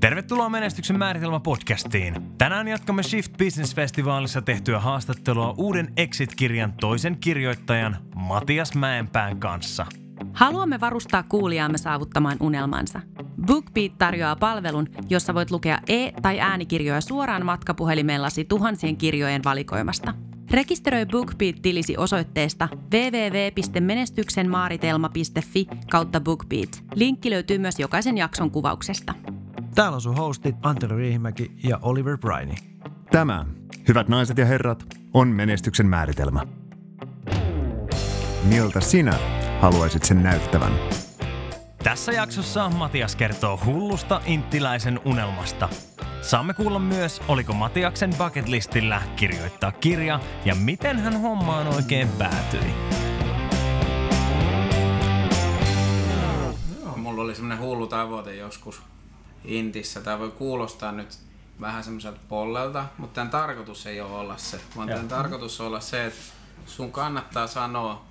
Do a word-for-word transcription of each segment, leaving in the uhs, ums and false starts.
Tervetuloa Menestyksen määritelmä podcastiin. Tänään jatkamme Shift Business Festivalissa tehtyä haastattelua uuden Exit-kirjan toisen kirjoittajan Matias Mäenpään kanssa. Haluamme varustaa kuulijaamme saavuttamaan unelmansa. BookBeat tarjoaa palvelun, jossa voit lukea e- tai äänikirjoja suoraan matkapuhelimellasi tuhansien kirjojen valikoimasta. Rekisteröi BookBeat-tilisi osoitteesta double-u double-u double-u piste menestyksenmaaritelma piste fi kautta BookBeat. Linkki löytyy myös jokaisen jakson kuvauksesta. Täällä on sun hostit Antero Riihimäki ja Oliver Briney. Tämä, hyvät naiset ja herrat, on menestyksen määritelmä. Miltä sinä haluaisit sen näyttävän? Tässä jaksossa Matias kertoo hullusta inttiläisen unelmasta. Saamme kuulla myös, oliko Matiaksen bucket listillä kirjoittaa kirja ja miten hän hommaan oikein päätyi. Mulla oli semmonen hullu tavoite joskus Intissä. Tää voi kuulostaa nyt vähän semmoiselta pollelta, mutta tämän tarkoitus ei ole olla se. Vaan tämän tarkoitus on olla se, että sun kannattaa sanoa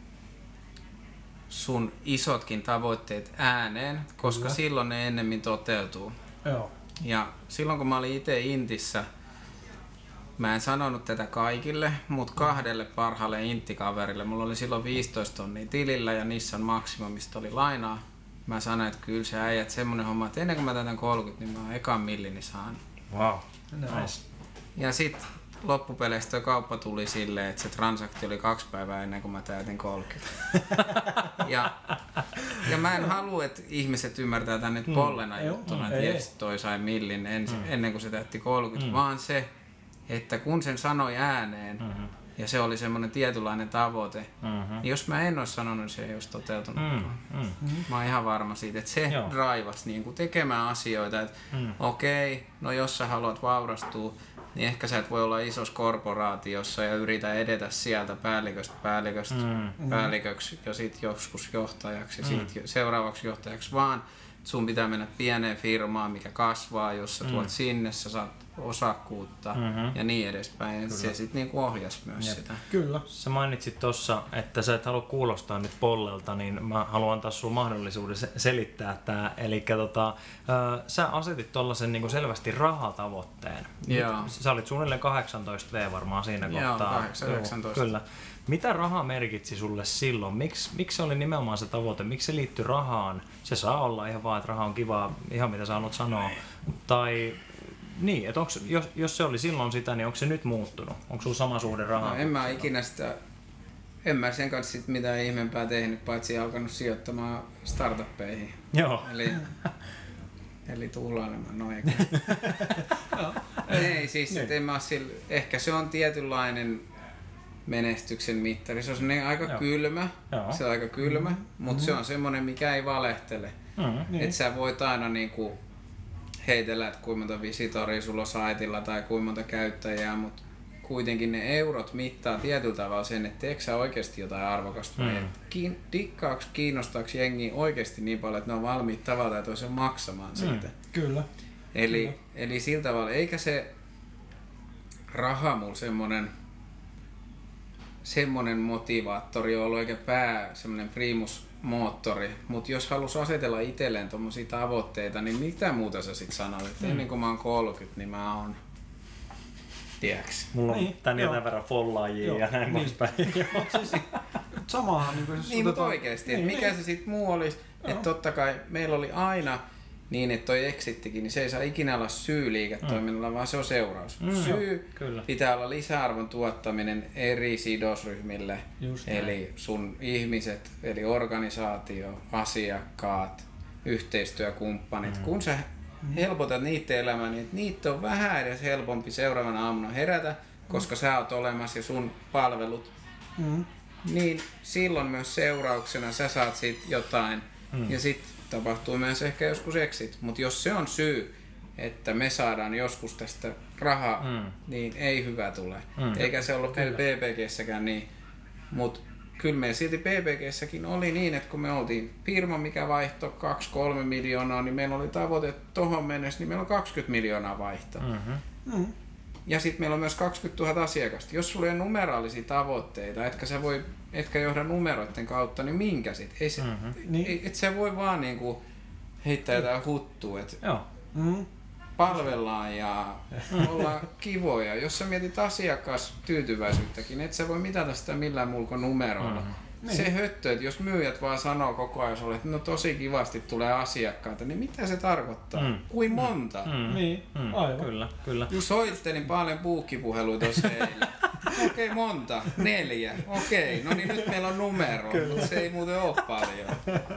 sun isotkin tavoitteet ääneen, koska Kyllä. silloin ne ennemmin toteutuu. Joo. Ja silloin kun mä olin itse Intissä, mä en sanonut tätä kaikille, mutta kahdelle parhaalle inttikaverille. Mulla oli silloin viisitoista tonnia tilillä ja Nissan Maxima, mistä oli lainaa. Mä sanoin, että kyllä se äijät semmonen homma, että ennen kuin mä täytän kolmekymmentä, niin mä oon ekan millini saanut. Wow. Nice. Ja sit loppupeleistä toi kauppa tuli silleen, että se transaktio oli kaksi päivää ennen kuin mä täytin kolmekymmentä. ja, ja mä en halua, että ihmiset ymmärtää tän nyt pollena mm. juttuna, että jes, toi sai millin en, mm. ennen kuin se täytti kolmekymmentä, mm. vaan se, että kun sen sanoi ääneen, mm-hmm. ja se oli semmoinen tietynlainen tavoite, mm-hmm. niin jos mä en olisi sanonut, niin se ei olisi toteutunut. Mm-hmm. Mä oon ihan varma siitä, että se Joo. draivasi niin kuin tekemään asioita, että mm. okei, okay, no jos sä haluat vaurastua, niin ehkä sä et voi olla isossa korporaatiossa ja yritä edetä sieltä päälliköstä päälliköstä mm. päälliköksi ja sitten joskus johtajaksi ja mm. sit seuraavaksi johtajaksi, vaan sun pitää mennä pieneen firmaan, mikä kasvaa, jos sä tuot mm. sinne, sä saat osakkuutta mm-hmm. ja niin edespäin. Kyllä. Se sitten niinku ohjasi myös Jep. sitä. Kyllä. Sä mainitsit tossa, että sä et halua kuulostaa nyt pollelta, niin mä haluan antaa sulle mahdollisuuden selittää tää. Elikkä tota, sä asetit tollasen niinku selvästi rahatavoitteen. Joo. Sä olit suunnilleen kahdeksantoista vuotta varmaan siinä Joo, kohtaa. kahdeksan yhdeksäntoista. Kyllä. Mitä raha merkitsi sulle silloin? Miks, miksi se oli nimenomaan se tavoite? Miksi se liittyi rahaan? Se saa olla ihan vaan, että raha on kivaa, ihan mitä sä haluat sanoa. Tai niin, että onks, jos, jos se oli silloin sitä, niin onko se nyt muuttunut? Onko sulla sama suhde rahaan? No, en mä ikinä sitä, en mä sen kanssa sit mitään ihmeempää tehnyt, paitsi alkanut sijoittamaan startuppeihin. Joo. Eli, eli tuhlailemaan noin. Ei siis, en mä sillä, ehkä se on tietynlainen menestyksen mittari. Se on semmoinen aika Joo. kylmä, Joo. se on aika kylmä, mm-hmm. mutta mm-hmm. se on semmoinen, mikä ei valehtele. Mm-hmm. Että sä voit aina niinku heitellä, että kuinka monta visitoria sulla on saitilla tai kuinka monta käyttäjää, mutta kuitenkin ne eurot mittaa tietyllä tavalla sen, että teekö sä oikeasti jotain arvokasta vai mm. kiin, dikkaaks, kiinnostaako jengiä oikeasti niin paljon, että ne on valmiit tavalla tai toisen maksamaan mm. siitä. Kyllä. Eli, Kyllä. eli sillä tavalla, eikä se raha mulla semmonen semmonen motivaattori ollut eikä pää semmonen primus moottori, mutta jos halus asetella itselleen tommosia tavoitteita, niin mitä muuta sä sit sanoit? Että mm. ennen kuin mä oon kolmekymmentä, niin mä oon, tiedäks? Mulla on niin, tän jotain verran follaajia ja näin niin. poispäin. siis, samahan niin kuin siis niin, mutta oikeesti, niin, että mikä niin. se sit muu olisi, että totta kai meillä oli aina niin, että toi exittikin, niin se ei saa ikinä olla syy liiketoiminnalla, mm. vaan se on seuraus. Mm. Syy Kyllä. pitää olla lisäarvon tuottaminen eri sidosryhmille, Just eli näin. sun ihmiset, eli organisaatio, asiakkaat, yhteistyökumppanit. Mm. Kun sä helpotat niiden elämää, niin että niitä on vähän edes helpompi seuraavana aamuna herätä, koska mm. sä oot olemassa ja sun palvelut, mm. niin silloin myös seurauksena sä saat siitä jotain mm. ja sit tapahtuu myös ehkä joskus exit, mutta jos se on syy, että me saadaan joskus tästä rahaa, mm. niin ei hyvä tule. Mm. Eikä se ollut meillä B B G:ssäkään niin, mutta kyllä meillä silti B B G:ssäkin oli niin, että kun me oltiin firma, mikä vaihtoi kaksi kolme miljoonaa, niin meillä oli tavoite, että tohon mennessä, niin meillä on kaksikymmentä miljoonaa vaihtoa. Mm-hmm. Mm. Ja sitten meillä on myös kaksikymmentätuhatta asiakasta. Jos sulla ei ole numeraalisia tavoitteita, etkä sä voi, etkä johda numeroiden kautta, niin minkä sit? Ei se, mm-hmm. ei, et sä voi vaan niinku heittää jotain huttua. Et Mm. palvellaan ja ollaan kivoja. Jos sä mietit asiakastyytyväisyyttäkin, et sä voi mitata sitä millään muulla numeroilla. Mm. Se höttö, että jos myyjät vaan sanoo koko ajan sulle, että no tosi kivasti tulee asiakkaita, niin mitä se tarkoittaa? Mm. Kuin monta? Mm. Niin, mm. aivan. Kyllä, kyllä. Soittelin paljon buukkipuheluita tuossa eilen. Okei, okay, monta. Neljä. Okei, okay. No niin nyt meillä on numero, mutta se ei muuten ole paljon.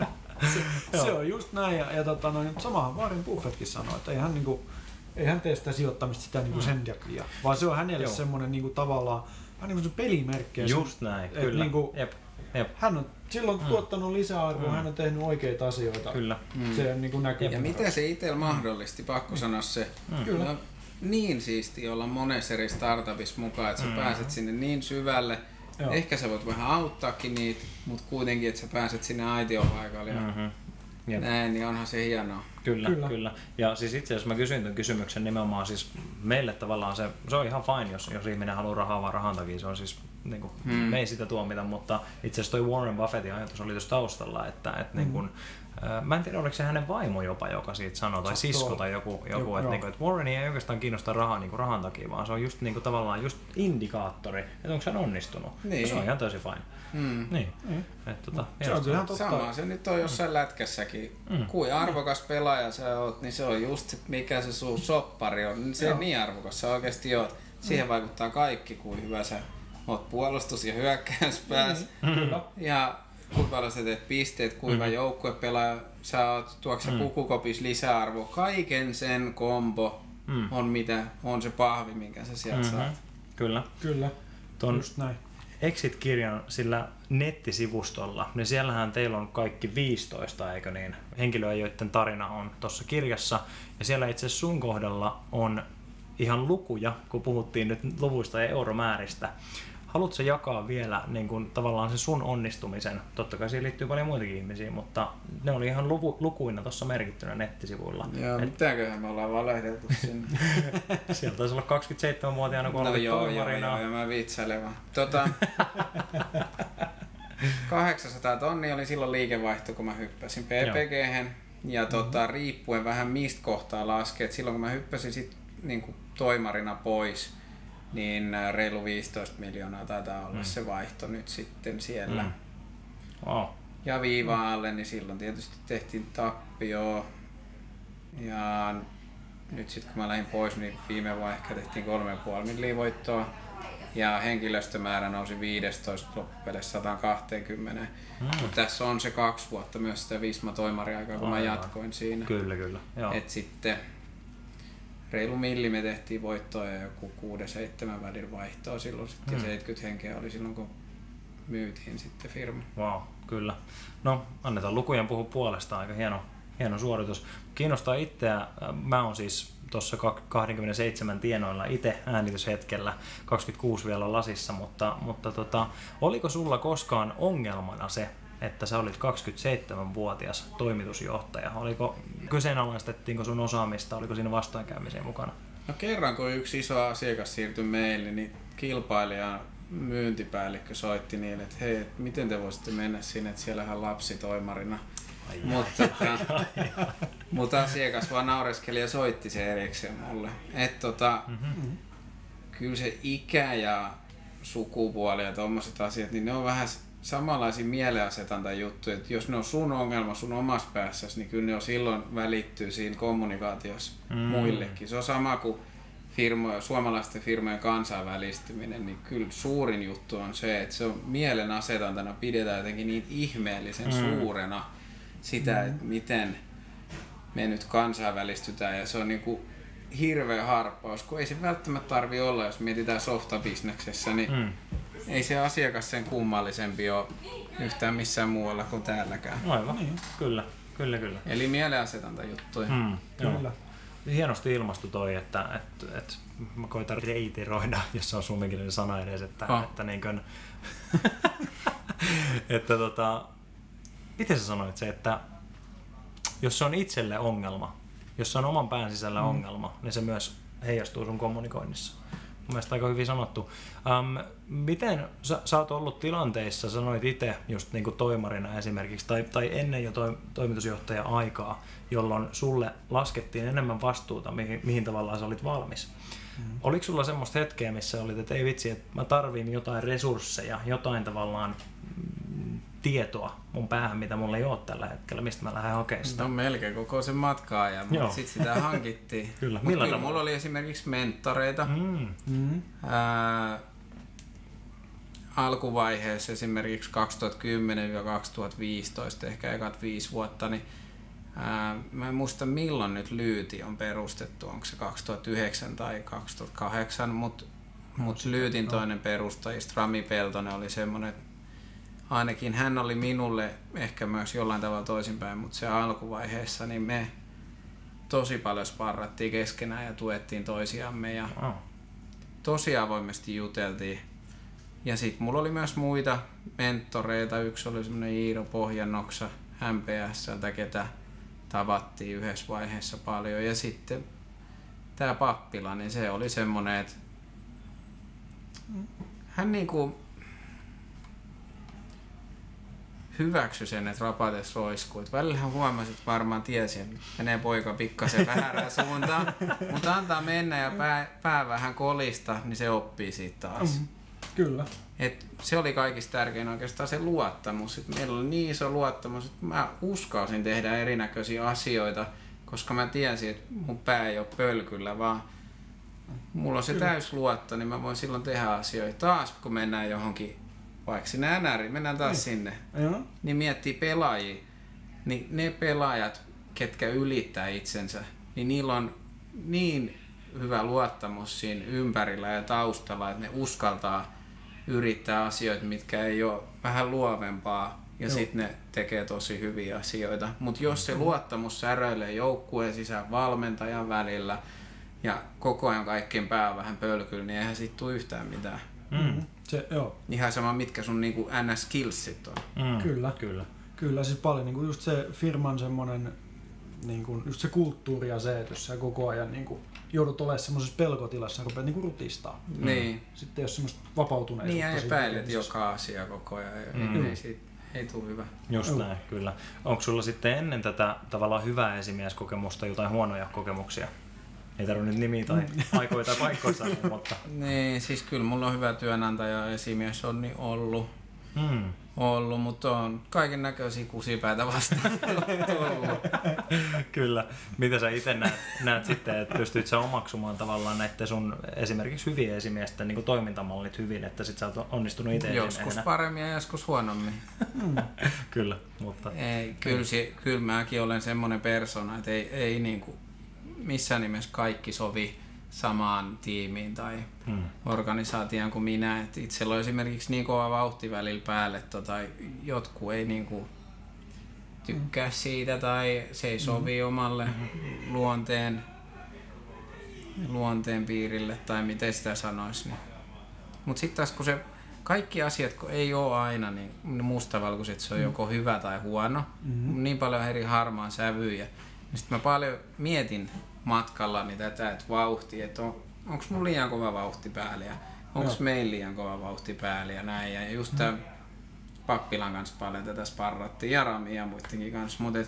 Se, se on just näin, ja, ja tota, no, samahan Warren Buffettkin sanoi, että ei hän, niinku, ei hän tee sitä sijoittamista sitä niinku sen takia, vaan se on hänelle Joo. semmoinen niinku, tavallaan vähän niin kuin se pelimerkki. Just näin, et, kyllä. Niinku, Jep. Jep. Hän on silloin mm. tuottanut lisäarvoa, mm. hän on tehnyt oikeita asioita. Kyllä. Mm. Se on niinku näkyy. Ja mitä se itsellä mahdollisti, pakko mm. sanoa se. Mm. Kyllä. No, niin siisti olla monessa eri startupissa mukaan, että sä mm. pääset sinne niin syvälle. Joo. Ehkä sä voit vähän auttaakin niitä, mutta kuitenkin, että sä pääset sinne aitiopaikalle ja mm-hmm. Jep. näin, niin onhan se hienoa. Kyllä, kyllä, kyllä. Ja siis itse asiassa mä kysyin tämän kysymyksen nimenomaan siis meille tavallaan se, se on ihan fine, jos, jos ihminen haluaa rahaa vaan rahan takia, se on siis niin kuin, hmm. me ei sitä tuomita, mutta itse asiassa toi Warren Buffettin ajatus oli tuossa taustalla, että, että hmm. niin kuin, mä en tiedä, oliko se hänen vaimo jopa, joka siitä sanoi, tai sisko tai joku, joku että, niin kuin, että Warren ei oikeastaan kiinnosta rahaa niin kuin rahan takia, vaan se on just niin kuin, tavallaan just indikaattori, että onko hän onnistunut. Niin. Ja se on ihan tosi fine. Mm. Niin. Mm. Et, tota, se on ihan totta. Sama se nyt on jossain mm. lätkässäkin. Mm. Kui arvokas pelaaja sä oot, niin se on just mikä se sun soppari on. Se on niin arvokas sä oikeesti oot. Siihen mm. vaikuttaa kaikki, kuin hyvä sä oot puolustus- ja hyökkäyspäässä. Mm. Ja kuinka paljon sä teet pisteet, kuinka mm. joukkuepelaaja sä oot, tuokse mm. pukukopissa lisäarvo. Kaiken sen kombo mm. on mitä on se pahvi, minkä sä sieltä mm-hmm. saat. Kyllä. Kyllä. Ton just näin. Exit-kirjan sillä nettisivustolla, niin siellähän teillä on kaikki viisitoista, eikö niin, henkilöä, joiden tarina on tuossa kirjassa. Ja siellä itse asiassa sun kohdalla on ihan lukuja, kun puhuttiin nyt luvuista ja euromääristä. Haluatko jakaa vielä niin kun, tavallaan se sun onnistumisen? Totta kai siihen liittyy paljon muitakin ihmisiä, mutta ne oli ihan luku, lukuina tuossa merkittynä nettisivuilla. Joo, Et... mitäköhän me ollaan valehdeltu sinne. Sieltä taisi olla kaksikymmentäseitsemänvuotiaana, kun no olet joo, toimarina. Joo, joo, mä vitsailen vaan. Tota, kahdeksansataa tonnia oli silloin liikevaihto, kun mä hyppäsin P P G:hen. Ja tota, mm-hmm. riippuen vähän mistä kohtaa laskee, että silloin kun mä hyppäsin sit, niin kuin toimarina pois, niin reilu viisitoista miljoonaa taitaa olla mm. se vaihto nyt sitten siellä. Mm. Wow. Ja viiva alle, niin silloin tietysti tehtiin tappioa. Ja nyt sitten kun mä lähdin pois, niin viime vuonna ehkä tehtiin kolme pilkku viisi miljoonaa voittoa. Ja henkilöstömäärä nousi viisitoista loppupeleissä sata kaksikymmentä. Mm. Mutta tässä on se kaksi vuotta myös sitä Visma-toimariaikaa, kun Aivan. mä jatkoin siinä. Kyllä, kyllä. Joo. Et sitten reilu milli me tehtiin voittoa ja joku kuusi seitsemän välillä vaihtoa silloin sitten mm. ja seitsemänkymmentä henkeä oli silloin kun myytiin sitten firma. Wow, kyllä. No annetaan lukujen puhua puolestaan, aika hieno, hieno suoritus. Kiinnostaa itseä, mä oon siis tuossa kaksikymmentäseitsemän tienoilla itse äänityshetkellä, kaksikymmentäkuusi vielä lasissa, mutta, mutta tota, oliko sulla koskaan ongelmana se, että sä olit kaksikymmentäseitsemänvuotias toimitusjohtaja? Oliko, kyseenalaistettiinko sun osaamista, oliko siinä vastoinkäymisiä mukana? No kerran kun yksi iso asiakas siirtyi meille, niin kilpailijan myyntipäällikkö soitti niille, että hei, et miten te voisitte mennä sinne, että siellähän lapsi toimarina. Ai mutta, ai, ai, ai. mutta asiakas vaan naureskeli ja soitti se erikseen mulle. Et tota, mm-hmm. kyllä se ikä ja sukupuoli ja tommoset asiat, niin ne on vähän samanlaisia mieleasetanta juttuja, että jos ne on sun ongelma sun omassa päässäsi, niin kyllä ne on silloin välittyy siinä kommunikaatiossa mm. muillekin. Se on sama kuin firmoja, suomalaisten firmojen kansainvälistyminen, niin kyllä suurin juttu on se, että se on mielenasetantana pidetään jotenkin niin ihmeellisen mm. suurena sitä, mm. että miten me nyt kansainvälistytään, ja se on niinku hirveä harppaus, kun ei se välttämättä tarvitse olla, jos mietitään softabisneksessä, niin mm. ei se asiakas sen kummallisempi ole yhtään missään muualla kuin täälläkään. Aivan, niin. kyllä, kyllä, kyllä. Eli mielenasetanta juttuja. Mm, kyllä. Hienosti ilmastu toi, että, että, että mä koitan reiteroida, jos se on suomenkielinen sana edes, että, oh. että niin kuin, että tota, miten sä sanoit se, että jos se on itselle ongelma, jos se on oman pään sisällä mm. ongelma, niin se myös heijastuu sun kommunikoinnissa. mielestä aika hyvin sanottu. Um, miten sä, sä oot ollut tilanteissa, sanoit itse just niin kuin toimarina esimerkiksi, tai, tai ennen jo to, toimitusjohtaja-aikaa, jolloin sulle laskettiin enemmän vastuuta, mihin, mihin tavallaan sä olit valmis. Mm. Oliko sulla semmoista hetkeä, missä olit, että ei vitsi, että mä tarviin jotain resursseja, jotain tavallaan mm, tietoa mun päähän, mitä mulla ei ole tällä hetkellä, mistä mä lähden hakemaan sitä? No melkein koko sen matkaa, ja mutta sitten sitä hankittiin. Kyllä, Mut kyllä mulla oli esimerkiksi mentoreita. Mm. Mm. Ää, alkuvaiheessa esimerkiksi kaksituhattakymmenen kaksituhattaviisitoista, ehkä ekat viisi vuotta, niin ää, mä en muista milloin nyt Lyyti on perustettu, onko se kaksituhattayhdeksän tai kaksituhattakahdeksan, mutta mut Lyytin toinen perustajista, Rami Peltonen, oli semmoinen, ainakin hän oli minulle ehkä myös jollain tavalla toisinpäin, mutta se alkuvaiheessa niin me tosi paljon sparrattiin keskenään ja tuettiin toisiamme ja oh. tosi avoimesti juteltiin. Ja sitten mulla oli myös muita mentoreita. Yksi oli semmoinen Iiro Pohjanoksa M P S:ltä, ketä tavattiin yhdessä vaiheessa paljon. Ja sitten tää Pappila, niin se oli semmoinen, että hän niinku hyväksyi sen, että rapates roiskuu. Välillä hän huomasi, että varmaan tiesi, että menee poika pikkasen väärään suuntaan, mutta antaa mennä ja pää, pää vähän kolista, niin se oppii siitä taas. Mm, kyllä. Et se oli kaikista tärkein oikeastaan se luottamus. Et meillä oli niin iso luottamus, että mä uskalsin tehdä erinäköisiä asioita, koska mä tiesin, että mun pää ei ole pölkyllä, vaan mulla on se täys luotto, niin mä voin silloin tehdä asioita. Taas kun mennään johonkin, vaikka sinne N R, mennään taas niin. sinne, ja. niin miettii pelaajia, niin ne pelaajat, ketkä ylittää itsensä, niin niillä on niin hyvä luottamus siinä ympärillä ja taustalla, että ne uskaltaa yrittää asioita, mitkä ei ole vähän luovempaa, ja sitten ne tekee tosi hyviä asioita. Mutta jos se luottamus säröilee joukkueen sisään valmentajan välillä, ja koko ajan kaikkien pää on vähän pölkyllä, niin eihän siitä tule yhtään mitään. Mm. Se, joo. Ihan sama, mitkä sun niinku N S-skillsit on. Mm. Kyllä. Kyllä. Kyllä, siis paljon niinku just se firman semmonen niinku just se kulttuuri ja se, että jos sä koko ajan niinku joudut olemaan semmoisessa pelkotilassa, rupeat niinku rutistaa. Niin. Sitten jos semmoista vapautuneisuutta. Niin, ja epäilet joka asia koko ajan. Mm. Ei, siitä, ei tule hyvä. Just Joo. näin, kyllä. Onko sulla sitten ennen tätä tavallaan hyvää esimieskokemusta jotain huonoja kokemuksia? Ei tarvitse nyt nimiä tai aikoja tai paikkoja sanoa, mutta... Niin, siis kyllä mulla on hyvä työnantaja, esimies on niin ollut, hmm. ollut, mutta on kaiken näköisiä kusipäitä vastaan ollut. Kyllä. Mitä sä itse näet, näet sitten, että pystyt sä omaksumaan tavallaan näiden sun esimerkiksi hyvien esimiesten niin toimintamallit hyvin, että sit sä oot onnistunut itse joskus esimiehenä. Paremmin ja joskus huonommin. Kyllä, mutta... Ei, kyllä, se, kyllä mäkin olen semmoinen persona, että ei, ei niinku... missään nimessä kaikki sovi samaan tiimiin tai hmm. organisaatioon kuin minä. Et itsellä on esimerkiksi niin kova vauhti välillä päälle, tai jotkut ei niinku tykkää siitä tai se ei sovi hmm. omalle hmm. luonteen, luonteen piirille tai miten sitä sanoisi. Niin. Mutta sitten taas kun se kaikki asiat kun ei ole aina niin mustavalkoiset, se on joko hyvä tai huono, hmm. niin paljon eri harmaan sävyjä. Sitten mä paljon mietin matkalla tätä, että vauhti, että on, onko mun liian kova vauhti päällä ja onko meillä liian kova vauhti päällä ja näin. Ja just mm. tämän Pappilan kanssa paljon tätä sparrattiin ja Rami ja muidenkin kanssa, mutta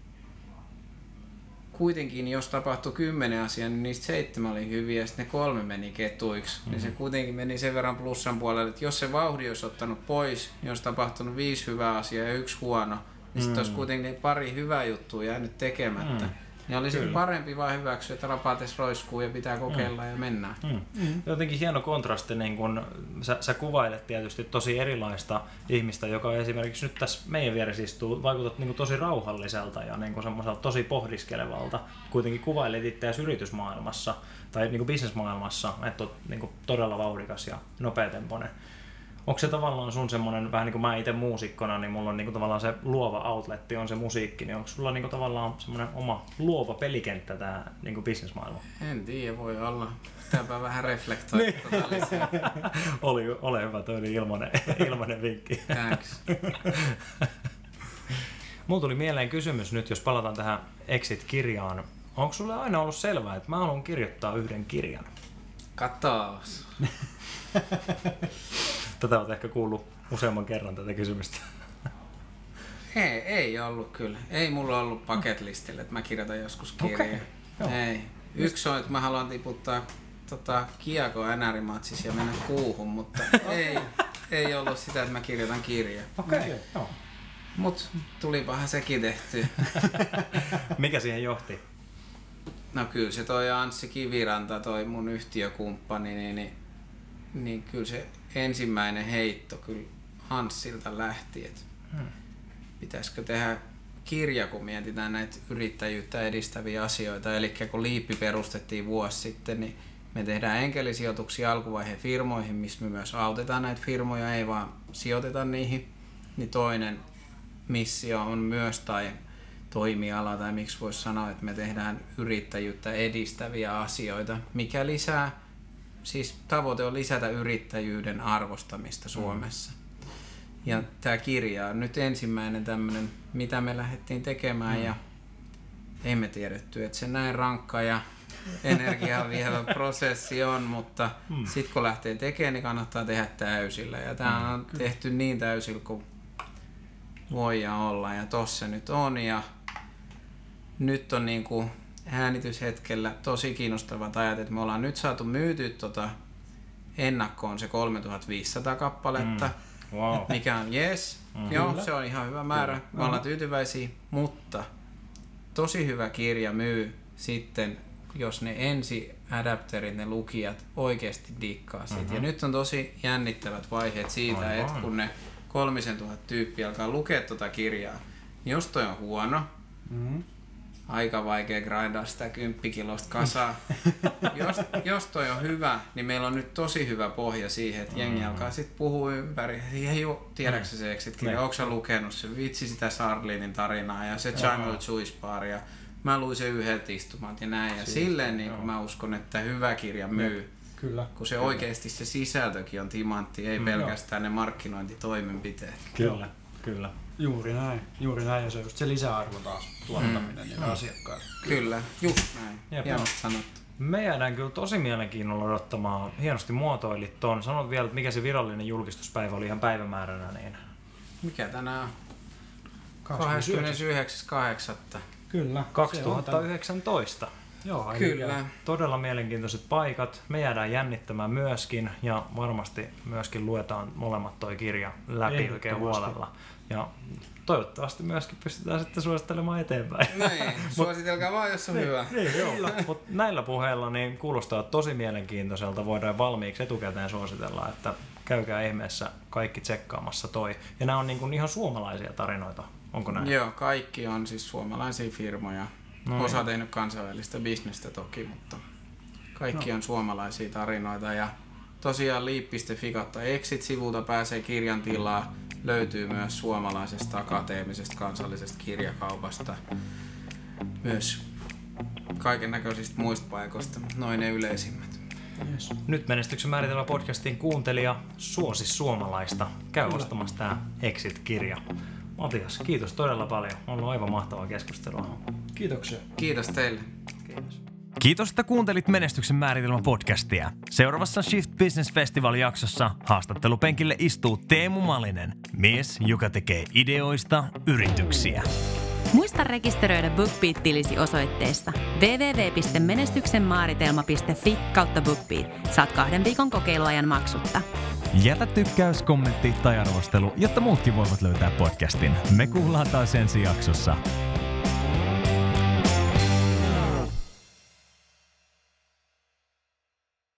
kuitenkin jos tapahtui kymmenen asiaa, niin niistä seitsemän oli hyviä ja sitten ne kolme meni ketuiksi. Mm. Niin se kuitenkin meni sen verran plussan puolelle, että jos se vauhti olisi ottanut pois, niin olisi tapahtunut viisi hyvää asiaa ja yksi huono. Niin sitten olisi kuitenkin pari hyvää juttua jäänyt tekemättä. Mm. Ja olisi Kyllä. parempi vaan hyväksyä, että rapates roiskuu ja pitää kokeilla mm. ja mennään. Mm. Mm. Jotenkin hieno kontrasti, niin kun sä, sä kuvailet tietysti tosi erilaista ihmistä, joka esimerkiksi nyt tässä meidän vieressä istuu, vaikutat niin tosi rauhalliselta ja niin semmoiselta tosi pohdiskelevalta. Kuitenkin kuvailet itseäsi yritysmaailmassa tai niin bisnesmaailmassa, että oot niin todella vauhdikas ja nopeatempoinen. Onko se tavallaan sun semmoinen, vähän niin kuin mä itse muusikkona, niin mulla on niin kuin tavallaan se luova outletti, on se musiikki, niin onko sulla niin kuin tavallaan semmoinen oma luova pelikenttä tää niin kuin bisnesmaailma? En tiedä, voi olla. Pitääpä vähän reflektoida niin. tota lisää. Oli, ole hyvä, toi oli ilmainen, ilmainen vinkki. Thanks. Mulla tuli mieleen kysymys nyt, jos palataan tähän Exit-kirjaan. Onko sulle aina ollut selvää, että mä haluan kirjoittaa yhden kirjan? Katos. Tätä olet ehkä kuullut useamman kerran tätä kysymystä. Ei, ei ollut kyllä. Ei mulla ollut bucket listillä, että mä kirjoitan joskus kirjaa. Okay. Ei. Yksi on, että mä haluan tiputtaa tota, Kiekko N R-matsis ja mennä kuuhun, mutta ei, ei ollut sitä, että mä kirjoitan kirjaa. Okei, okay. Joo. Mut tulipahan sekin tehty. Mikä siihen johti? No kyllä se toi Anssi Kiviranta, toi mun yhtiökumppani, niin, niin, niin kyllä se ensimmäinen heitto kyllä Anssilta lähti, että hmm. pitäisikö tehdä kirja, kun mietitään näitä yrittäjyyttä edistäviä asioita. Eli kun Liippi perustettiin vuosi sitten, niin me tehdään enkelisijoituksia alkuvaiheen firmoihin, missä me myös autetaan näitä firmoja, ei vaan sijoiteta niihin. Niin toinen missio on myös, tai toimiala, tai miksi voisi sanoa, että me tehdään yrittäjyyttä edistäviä asioita, mikä lisää, siis tavoite on lisätä yrittäjyyden arvostamista Suomessa. Ja tämä kirja on nyt ensimmäinen tämmöinen, mitä me lähdettiin tekemään, mm. ja ei me tiedetty, että se näin rankka ja energiaa vievä prosessi on, mutta mm. sitten kun lähtee tekemään, niin kannattaa tehdä täysillä. Ja tämä on mm. tehty niin täysillä kuin voi ja olla, ja tossa nyt on. Ja nyt on niin kuin äänityshetkellä tosi kiinnostavat ajat, että me ollaan nyt saatu myytyä tota ennakkoon se kolmetuhattaviisisataa kappaletta. Mm. Wow. Mikä on yes, mm-hmm. joo, se on ihan hyvä määrä, me mm-hmm. ollaan tyytyväisiä, mutta tosi hyvä kirja myy sitten, jos ne ensi-adapterit, ne lukijat oikeasti dikkaa siitä. Mm-hmm. Ja nyt on tosi jännittävät vaiheet siitä, Aivan. että kun ne kolmisen tuhat tyyppiä alkaa lukea tuota kirjaa, niin jos toi on huono, mm-hmm. aika vaikea grindaa sitä kymppikilosta kasaa. jos, jos toi on hyvä, niin meillä on nyt tosi hyvä pohja siihen, että jengi alkaa sitten puhua ympäri. Ei jo, tiedätkö se exit-kirja? Onko sä lukenut se? Vitsi sitä Sarlinin tarinaa ja se Jungle Juice Bar ja mä luin sen yhdeltä istumalta ja näin. Ja Siitä, silleen niin kuin mä uskon, että hyvä kirja myy. Kyllä. Kun se kyllä. Oikeasti se sisältökin on timantti, ei mm, pelkästään joo. ne markkinointitoimenpiteet. Kyllä, kyllä. Juuri näin, juuri näin, ja se on just se lisäarvo taas tuottaminen mm. niille mm. asiakkaille. Kyllä, just näin. Hienosti sanottu. Me jäädään kyllä tosi mielenkiinnolla odottamaan. Hienosti muotoilit ton. Sanot vielä, että mikä se virallinen julkistuspäivä oli ihan päivämääränä. Niin... Mikä tänään on? kahdeskymmenesyhdeksäs kahdeksatta Kyllä. kaksituhattayhdeksäntoista. Joo, kyllä. Todella mielenkiintoiset paikat. Me jäädään jännittämään myöskin ja varmasti myöskin luetaan molemmat toi kirja läpi oikein huolella. Ja toivottavasti myöskin pystytään sitten suosittelemaan eteenpäin. Näin, suositelkaa vaan, jos on niin, hyvä. Niin, joo. Mut näillä puheilla niin kuulostaa tosi mielenkiintoiselta. Voidaan valmiiksi etukäteen suositella, että käykää ihmeessä kaikki tsekkaamassa toi. Ja nämä on niin kuin ihan suomalaisia tarinoita, onko näin? Joo, kaikki on siis suomalaisia firmoja. No Osa niin. tehnyt kansainvälistä bisnestä toki, mutta kaikki no. on suomalaisia tarinoita. Ja tosiaan liip piste fi kautta exit-sivulta pääsee kirjan tilaa. Löytyy myös suomalaisesta akateemisesta kansallisesta kirjakaupasta. Myös kaiken näköisistä muista paikoista, noin ne yleisimmät. Yes. Nyt Menestyksen määritelmä podcastin kuuntelija suosi suomalaista. Käy ostamassa tää Exit-kirja. Matias, kiitos todella paljon. On ollut aivan mahtavaa keskustelua. Kiitoksia. Kiitos teille. Kiitos. Kiitos, että kuuntelit Menestyksen määritelmä podcastia. Seuraavassa Shift Business Festival-jaksossa haastattelupenkille istuu Teemu Malinen, mies, joka tekee ideoista yrityksiä. Muista rekisteröidä BookBeat-tilisi osoitteessa double-u double-u double-u piste menestyksenmaaritelma piste fi kautta BookBeat. Saat kahden viikon kokeiluajan maksutta. Jätä tykkäys, kommentti tai arvostelu, jotta muutkin voivat löytää podcastin. Me kuullaan taas ensi jaksossa.